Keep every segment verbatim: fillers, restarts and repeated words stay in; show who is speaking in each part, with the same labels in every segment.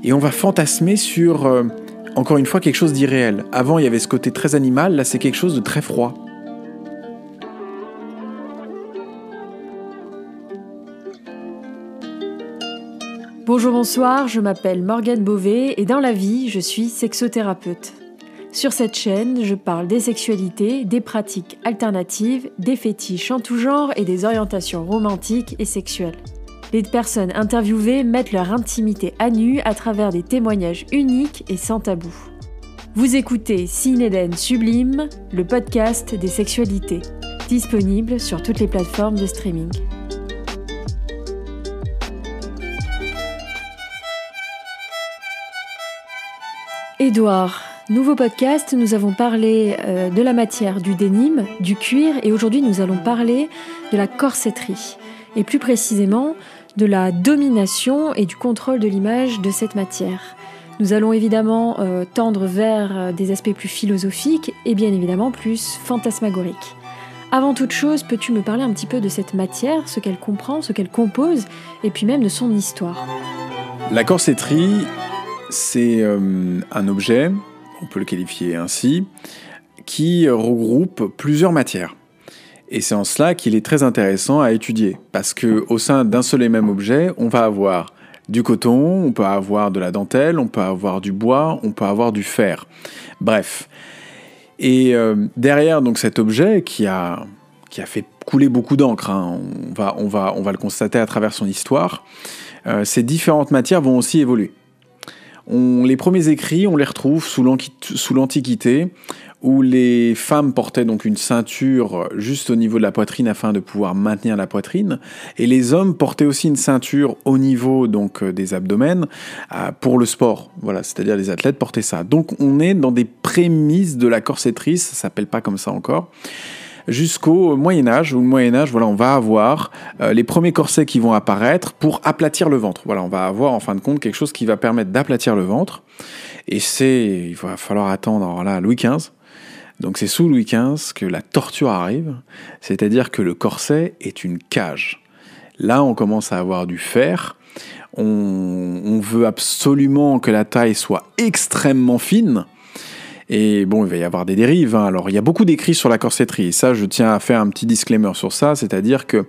Speaker 1: Et on va fantasmer sur, euh, encore une fois, quelque chose d'irréel. Avant, il y avait ce côté très animal, là, c'est quelque chose de très froid.
Speaker 2: Bonjour, bonsoir, je m'appelle Morgane Beauvais et dans la vie, je suis sexothérapeute. Sur cette chaîne, je parle des sexualités, des pratiques alternatives, des fétiches en tout genre et des orientations romantiques et sexuelles. Les personnes interviewées mettent leur intimité à nu à travers des témoignages uniques et sans tabou. Vous écoutez Cinéden Sublime, le podcast des sexualités, disponible sur toutes les plateformes de streaming. Édouard, nouveau podcast, nous avons parlé euh, de la matière du dénime, du cuir, et aujourd'hui nous allons parler de la corsetterie, et plus précisément de la domination et du contrôle de l'image de cette matière. Nous allons évidemment euh, tendre vers euh, des aspects plus philosophiques et bien évidemment plus fantasmagoriques. Avant toute chose, peux-tu me parler un petit peu de cette matière, ce qu'elle comprend, ce qu'elle compose, et puis même de son histoire ?
Speaker 1: La corsetterie, c'est euh, un objet, on peut le qualifier ainsi, qui regroupe plusieurs matières. Et c'est en cela qu'il est très intéressant à étudier, parce qu'au sein d'un seul et même objet, on va avoir du coton, on peut avoir de la dentelle, on peut avoir du bois, on peut avoir du fer. Bref. Et euh, derrière donc, cet objet qui a, qui a fait couler beaucoup d'encre, hein, on, va, on, va, on va le constater à travers son histoire, euh, ces différentes matières vont aussi évoluer. On, les premiers écrits, on les retrouve sous, sous l'Antiquité, où les femmes portaient donc une ceinture juste au niveau de la poitrine afin de pouvoir maintenir la poitrine, et les hommes portaient aussi une ceinture au niveau donc des abdomens euh, pour le sport. Voilà, c'est-à-dire les athlètes portaient ça. Donc on est dans des prémices de la corsetterie, ça s'appelle pas comme ça encore. Jusqu'au Moyen-Âge, où le Moyen-Âge, voilà, on va avoir euh, les premiers corsets qui vont apparaître pour aplatir le ventre. Voilà, on va avoir en fin de compte quelque chose qui va permettre d'aplatir le ventre. Et c'est, il va falloir attendre alors là, Louis quinze. Donc c'est sous Louis quinze que la torture arrive, c'est-à-dire que le corset est une cage. Là, on commence à avoir du fer. On, on veut absolument que la taille soit extrêmement fine. Et bon, il va y avoir des dérives. Hein. Alors, il y a beaucoup d'écrits sur la corsetterie. Et ça, je tiens à faire un petit disclaimer sur ça. C'est-à-dire que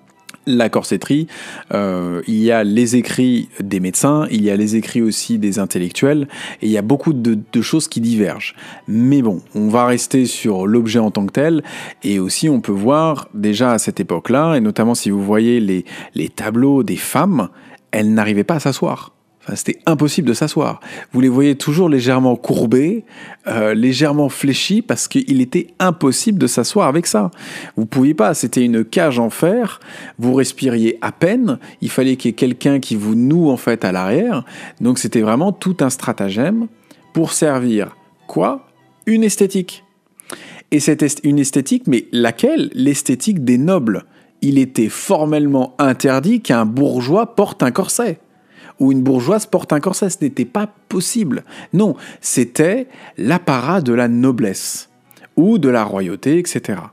Speaker 1: la corsetterie, euh, il y a les écrits des médecins, il y a les écrits aussi des intellectuels, et il y a beaucoup de, de choses qui divergent. Mais bon, on va rester sur l'objet en tant que tel, et aussi on peut voir déjà à cette époque-là, et notamment si vous voyez les, les tableaux des femmes, elles n'arrivaient pas à s'asseoir. Enfin, c'était impossible de s'asseoir. Vous les voyez toujours légèrement courbés, euh, légèrement fléchis, parce qu'il était impossible de s'asseoir avec ça. Vous ne pouviez pas, c'était une cage en fer, vous respiriez à peine, il fallait qu'il y ait quelqu'un qui vous noue en fait à l'arrière. Donc c'était vraiment tout un stratagème pour servir quoi ? Une esthétique. Et c'est est- une esthétique, mais laquelle ? L'esthétique des nobles. Il était formellement interdit qu'un bourgeois porte un corset. Où une bourgeoise porte un corset, ce n'était pas possible. Non, c'était l'apparat de la noblesse, ou de la royauté, et cetera.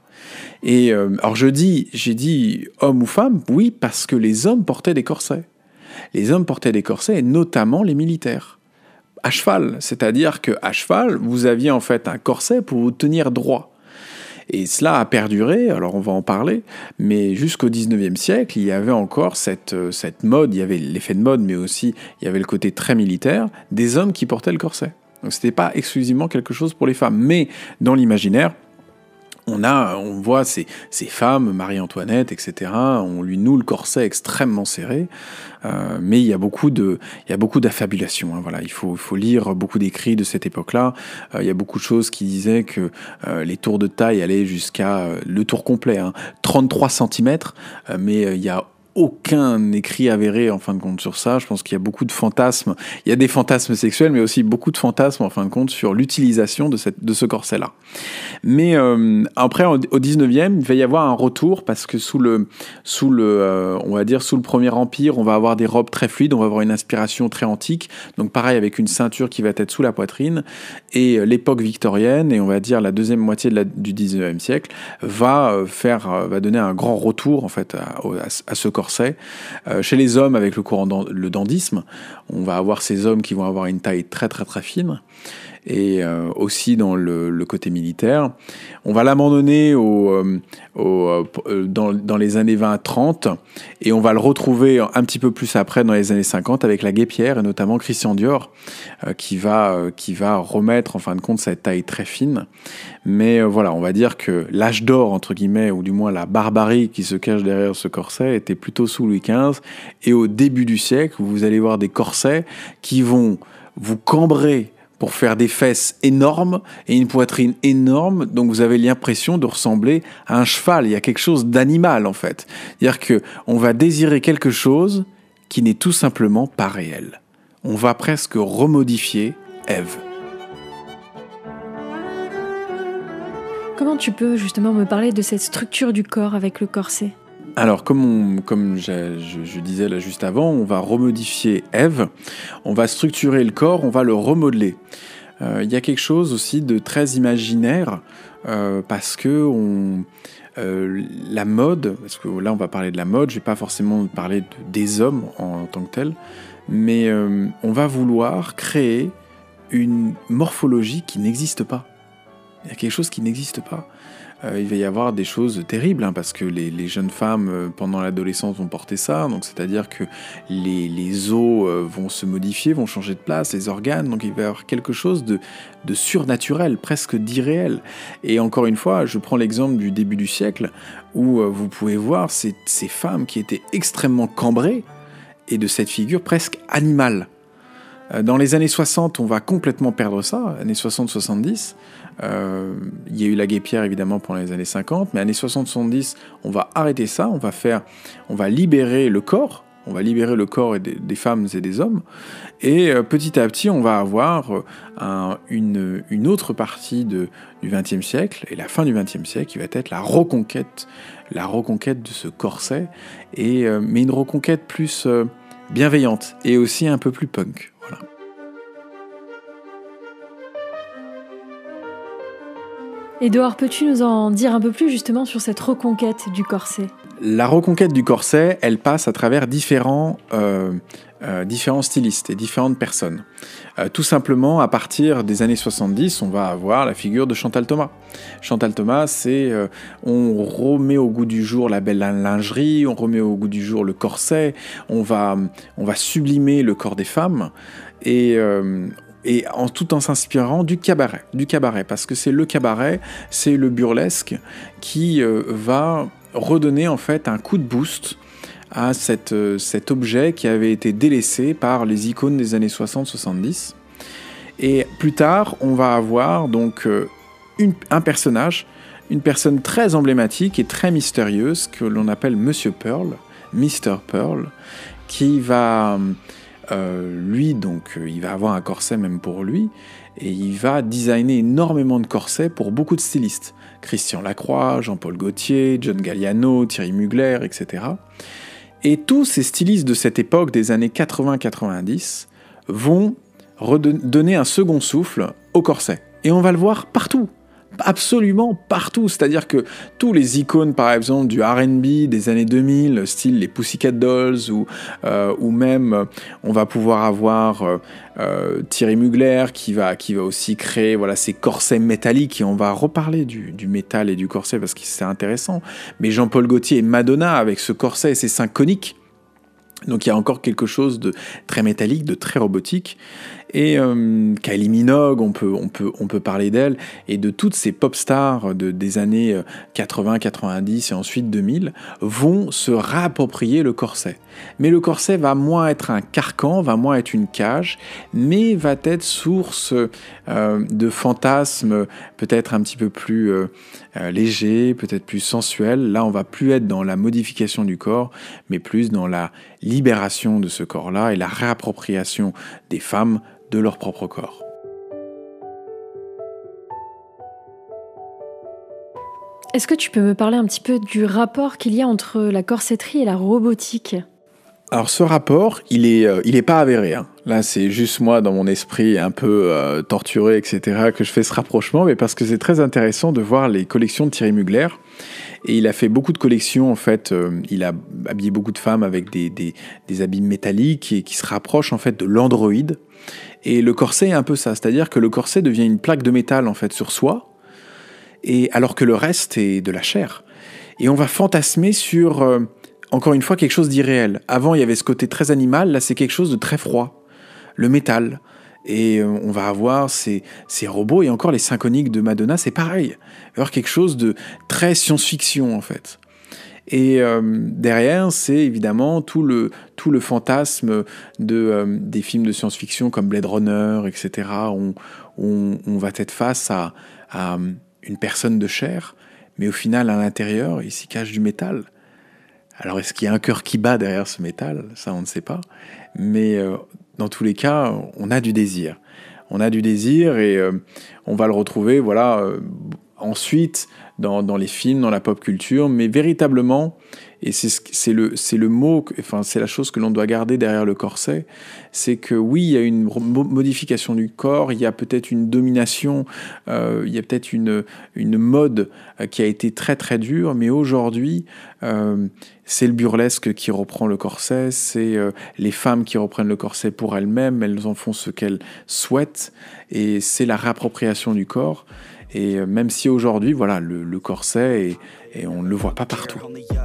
Speaker 1: Et euh, alors je dis, j'ai dit homme ou femme, oui, parce que les hommes portaient des corsets. Les hommes portaient des corsets, et notamment les militaires. À cheval, c'est-à-dire qu'à cheval, vous aviez en fait un corset pour vous tenir droit. Et cela a perduré, alors on va en parler, mais jusqu'au dix-neuvième siècle, il y avait encore cette, cette mode, il y avait l'effet de mode, mais aussi il y avait le côté très militaire, des hommes qui portaient le corset. Donc c'était pas exclusivement quelque chose pour les femmes, mais dans l'imaginaire, on a, on voit ces, ces femmes, Marie-Antoinette, et cetera. On lui noue le corset extrêmement serré, euh, mais il y a beaucoup de, il y a beaucoup d'affabulation. Hein, voilà, il faut, il faut lire beaucoup d'écrits de cette époque-là. Euh, il y a beaucoup de choses qui disaient que euh, les tours de taille allaient jusqu'à euh, le tour complet, hein, trente-trois centimètres, euh, mais euh, il y a aucun écrit avéré en fin de compte sur ça. Je pense qu'il y a beaucoup de fantasmes. Il y a des fantasmes sexuels, mais aussi beaucoup de fantasmes en fin de compte sur l'utilisation de, cette, de ce corset-là. Mais euh, après, au dix-neuvième, il va y avoir un retour parce que sous le, sous le, euh, on va dire sous le Premier Empire, on va avoir des robes très fluides, on va avoir une inspiration très antique. Donc pareil, avec une ceinture qui va être sous la poitrine. Et euh, l'époque victorienne, et on va dire la deuxième moitié de la, du dix-neuvième siècle, va faire, va donner un grand retour en fait à, à, à ce corset. corset. Euh, chez les hommes, avec le courant dan- le dandisme, on va avoir ces hommes qui vont avoir une taille très très très fine. Et euh, aussi dans le, le côté militaire. On va l'abandonner au, euh, au, euh, dans, dans les années vingt trente et on va le retrouver un petit peu plus après dans les années cinquante avec la guêpière et notamment Christian Dior euh, qui, va, euh, qui va remettre en fin de compte cette taille très fine. Mais euh, voilà, on va dire que l'âge d'or, entre guillemets, ou du moins la barbarie qui se cache derrière ce corset était plutôt sous Louis quinze et au début du siècle où vous allez voir des corsets qui vont vous cambrer pour faire des fesses énormes et une poitrine énorme, donc vous avez l'impression de ressembler à un cheval. Il y a quelque chose d'animal en fait. C'est-à-dire qu'on va désirer quelque chose qui n'est tout simplement pas réel. On va presque remodifier Ève.
Speaker 2: Comment tu peux justement me parler de cette structure du corps avec le corset ?
Speaker 1: Alors, comme, on, comme je, je, je disais là juste avant, on va remodifier Ève, on va structurer le corps, on va le remodeler. Euh, il y a quelque chose aussi de très imaginaire, euh, parce que on, euh, la mode, parce que là on va parler de la mode, je ne vais pas forcément parler de, des hommes en, en tant que tels, mais euh, on va vouloir créer une morphologie qui n'existe pas. Il y a quelque chose qui n'existe pas. Euh, il va y avoir des choses terribles, hein, parce que les, les jeunes femmes, euh, pendant l'adolescence, vont porter ça. Donc, c'est-à-dire que les, les os euh, vont se modifier, vont changer de place, les organes. Donc, il va y avoir quelque chose de, de surnaturel, presque d'irréel. Et encore une fois, je prends l'exemple du début du siècle, où euh, vous pouvez voir ces, ces femmes qui étaient extrêmement cambrées, et de cette figure presque animale. Dans les années soixante, on va complètement perdre ça, années soixante soixante-dix. Euh, il y a eu la guêpière évidemment pendant les années cinquante, mais années soixante soixante-dix, on va arrêter ça, on va faire, on va libérer le corps, on va libérer le corps des, des femmes et des hommes, et euh, petit à petit, on va avoir un, une, une autre partie de, du vingtième siècle, et la fin du vingtième siècle, qui va être la reconquête, la reconquête de ce corset, et, euh, mais une reconquête plus euh, bienveillante, et aussi un peu plus punk. Voilà.
Speaker 2: Édouard, peux-tu nous en dire un peu plus justement sur cette reconquête du corset ?
Speaker 1: La reconquête du corset, elle passe à travers différents, euh, euh, différents stylistes et différentes personnes. Euh, tout simplement, à partir des années soixante-dix, on va avoir la figure de Chantal Thomas. Chantal Thomas, c'est euh, on remet au goût du jour la belle lingerie, on remet au goût du jour le corset, on va, on va sublimer le corps des femmes et euh, et en, tout en s'inspirant du cabaret, du cabaret, parce que c'est le cabaret, c'est le burlesque qui euh, va redonner en fait un coup de boost à cette, euh, cet objet qui avait été délaissé par les icônes des années soixante soixante-dix. Et plus tard, on va avoir donc euh, une, un personnage, une personne très emblématique et très mystérieuse que l'on appelle Monsieur Pearl, mister Pearl, qui va... Euh, lui, donc, euh, il va avoir un corset même pour lui, et il va designer énormément de corsets pour beaucoup de stylistes. Christian Lacroix, Jean-Paul Gaultier, John Galliano, Thierry Mugler, et cetera. Et tous ces stylistes de cette époque, des années quatre-vingts quatre-vingt-dix, vont redonner un second souffle au corset. Et on va le voir partout. Absolument partout, c'est-à-dire que tous les icônes par exemple du R and B des années deux mille, style les Pussycat Dolls ou, euh, ou même euh, on va pouvoir avoir euh, euh, Thierry Mugler qui va, qui va aussi créer voilà, ces corsets métalliques, et on va reparler du, du métal et du corset parce que c'est intéressant, mais Jean-Paul Gaultier et Madonna avec ce corset et ses seins coniques. Donc il y a encore quelque chose de très métallique, de très robotique. Et euh, Kylie Minogue, on peut, on, peut, on peut parler d'elle, et de toutes ces pop stars de, des années quatre-vingts quatre-vingt-dix et ensuite deux mille, vont se réapproprier le corset. Mais le corset va moins être un carcan, va moins être une cage, mais va être source euh, de fantasmes peut-être un petit peu plus euh, euh, légers, peut-être plus sensuels. Là, on va plus être dans la modification du corps, mais plus dans la libération de ce corps-là et la réappropriation des femmes de leur propre corps.
Speaker 2: Est-ce que tu peux me parler un petit peu du rapport qu'il y a entre la corsetterie et la robotique ?
Speaker 1: Alors ce rapport, il est, euh, il est pas avéré. Hein. Là, c'est juste moi, dans mon esprit un peu euh, torturé, et cetera, que je fais ce rapprochement, mais parce que c'est très intéressant de voir les collections de Thierry Mugler. Et il a fait beaucoup de collections, en fait. Euh, il a habillé beaucoup de femmes avec des, des, des habits métalliques et qui se rapprochent, en fait, de l'androïde. Et le corset est un peu ça. C'est-à-dire que le corset devient une plaque de métal, en fait, sur soi, et alors que le reste est de la chair. Et on va fantasmer sur, euh, encore une fois, quelque chose d'irréel. Avant, il y avait ce côté très animal. Là, c'est quelque chose de très froid. Le métal. Et euh, on va avoir ces, ces robots. Et encore, les symphoniques de Madonna, c'est pareil. Il va y avoir quelque chose de très science-fiction, en fait. Et euh, derrière, c'est évidemment tout le, tout le fantasme de, euh, des films de science-fiction comme Blade Runner, et cetera. On, on, on va être face à, à une personne de chair, mais au final, à l'intérieur, il s'y cache du métal. Alors, est-ce qu'il y a un cœur qui bat derrière ce métal ? Ça, on ne sait pas. Mais euh, dans tous les cas, on a du désir. On a du désir et euh, on va le retrouver, voilà, euh, ensuite dans, dans les films, dans la pop culture, mais véritablement, et c'est, c'est, le, c'est le mot, enfin, c'est la chose que l'on doit garder derrière le corset, c'est que oui, il y a une modification du corps, il y a peut-être une domination, euh, il y a peut-être une, une mode qui a été très très dure, mais aujourd'hui, euh, c'est le burlesque qui reprend le corset, c'est euh, les femmes qui reprennent le corset pour elles-mêmes, elles en font ce qu'elles souhaitent, et c'est la réappropriation du corps. Et euh, même si aujourd'hui, voilà, le, le corset, et, et on ne le voit pas partout.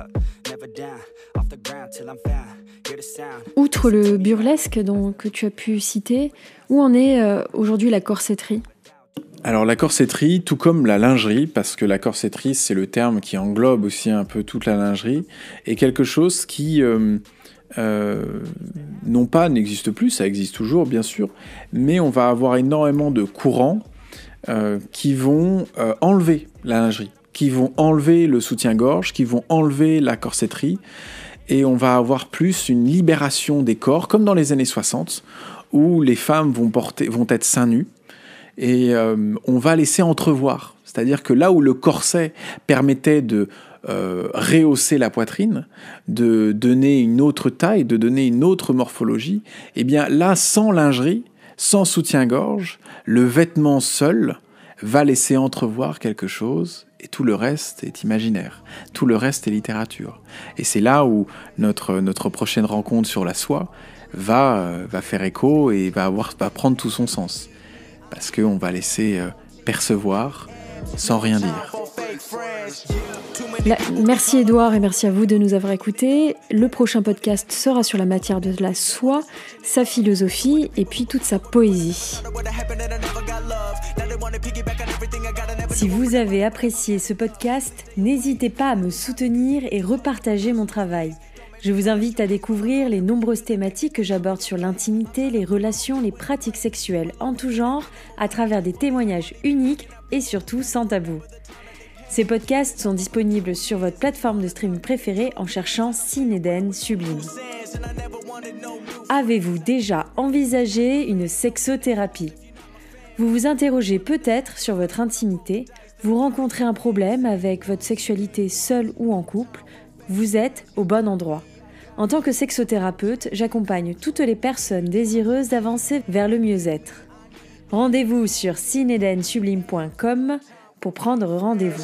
Speaker 2: Outre le burlesque donc, que tu as pu citer, où en est euh, aujourd'hui la corsetterie ?
Speaker 1: Alors la corsetterie, tout comme la lingerie, parce que la corsetterie, c'est le terme qui englobe aussi un peu toute la lingerie, est quelque chose qui, euh, euh, non pas n'existe plus, ça existe toujours bien sûr, mais on va avoir énormément de courants euh, qui vont euh, enlever la lingerie, qui vont enlever le soutien-gorge, qui vont enlever la corsetterie, et on va avoir plus une libération des corps, comme dans les années soixante, où les femmes vont, porter, vont être seins nus, et euh, on va laisser entrevoir. C'est-à-dire que là où le corset permettait de euh, rehausser la poitrine, de donner une autre taille, de donner une autre morphologie, eh bien là, sans lingerie, sans soutien-gorge, le vêtement seul va laisser entrevoir quelque chose, et tout le reste est imaginaire. Tout le reste est littérature. Et c'est là où notre, notre prochaine rencontre sur la soie va, euh, va faire écho et va, avoir, va prendre tout son sens. Parce qu'on va laisser euh, percevoir sans rien dire.
Speaker 2: La... Merci Édouard et merci à vous de nous avoir écoutés. Le prochain podcast sera sur la matière de la soie, sa philosophie et puis toute sa poésie. Si vous avez apprécié ce podcast, n'hésitez pas à me soutenir et repartager mon travail. Je vous invite à découvrir les nombreuses thématiques que j'aborde sur l'intimité, les relations, les pratiques sexuelles en tout genre, à travers des témoignages uniques et surtout sans tabou. Ces podcasts sont disponibles sur votre plateforme de streaming préférée en cherchant Cine Eden Sublime. Avez-vous déjà envisagé une sexothérapie ? Vous vous interrogez peut-être sur votre intimité, vous rencontrez un problème avec votre sexualité seule ou en couple, vous êtes au bon endroit. En tant que sexothérapeute, j'accompagne toutes les personnes désireuses d'avancer vers le mieux-être. Rendez-vous sur cine eden sublime point com pour prendre rendez-vous.